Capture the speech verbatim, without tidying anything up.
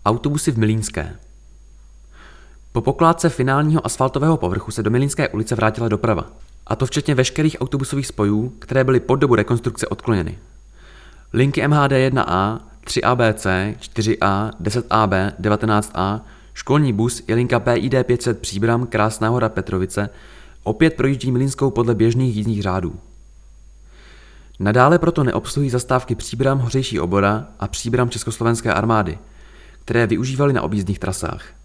Autobusy v Milínské. Po pokládce finálního asfaltového povrchu se do Milínské ulice vrátila doprava, a to včetně veškerých autobusových spojů, které byly po dobu rekonstrukce odkloněny. Linky M H D jedna A, tři A B C, čtyři A, deset A B, devatenáct A, školní bus i linka P I D pět set Příbram Krásná Hora Petrovice opět projíždí Milínskou podle běžných jízdních řádů. Nadále proto neobsluhují zastávky Příbram Hořejší Obora a Příbram Československé armády, které využívali na objízdných trasách.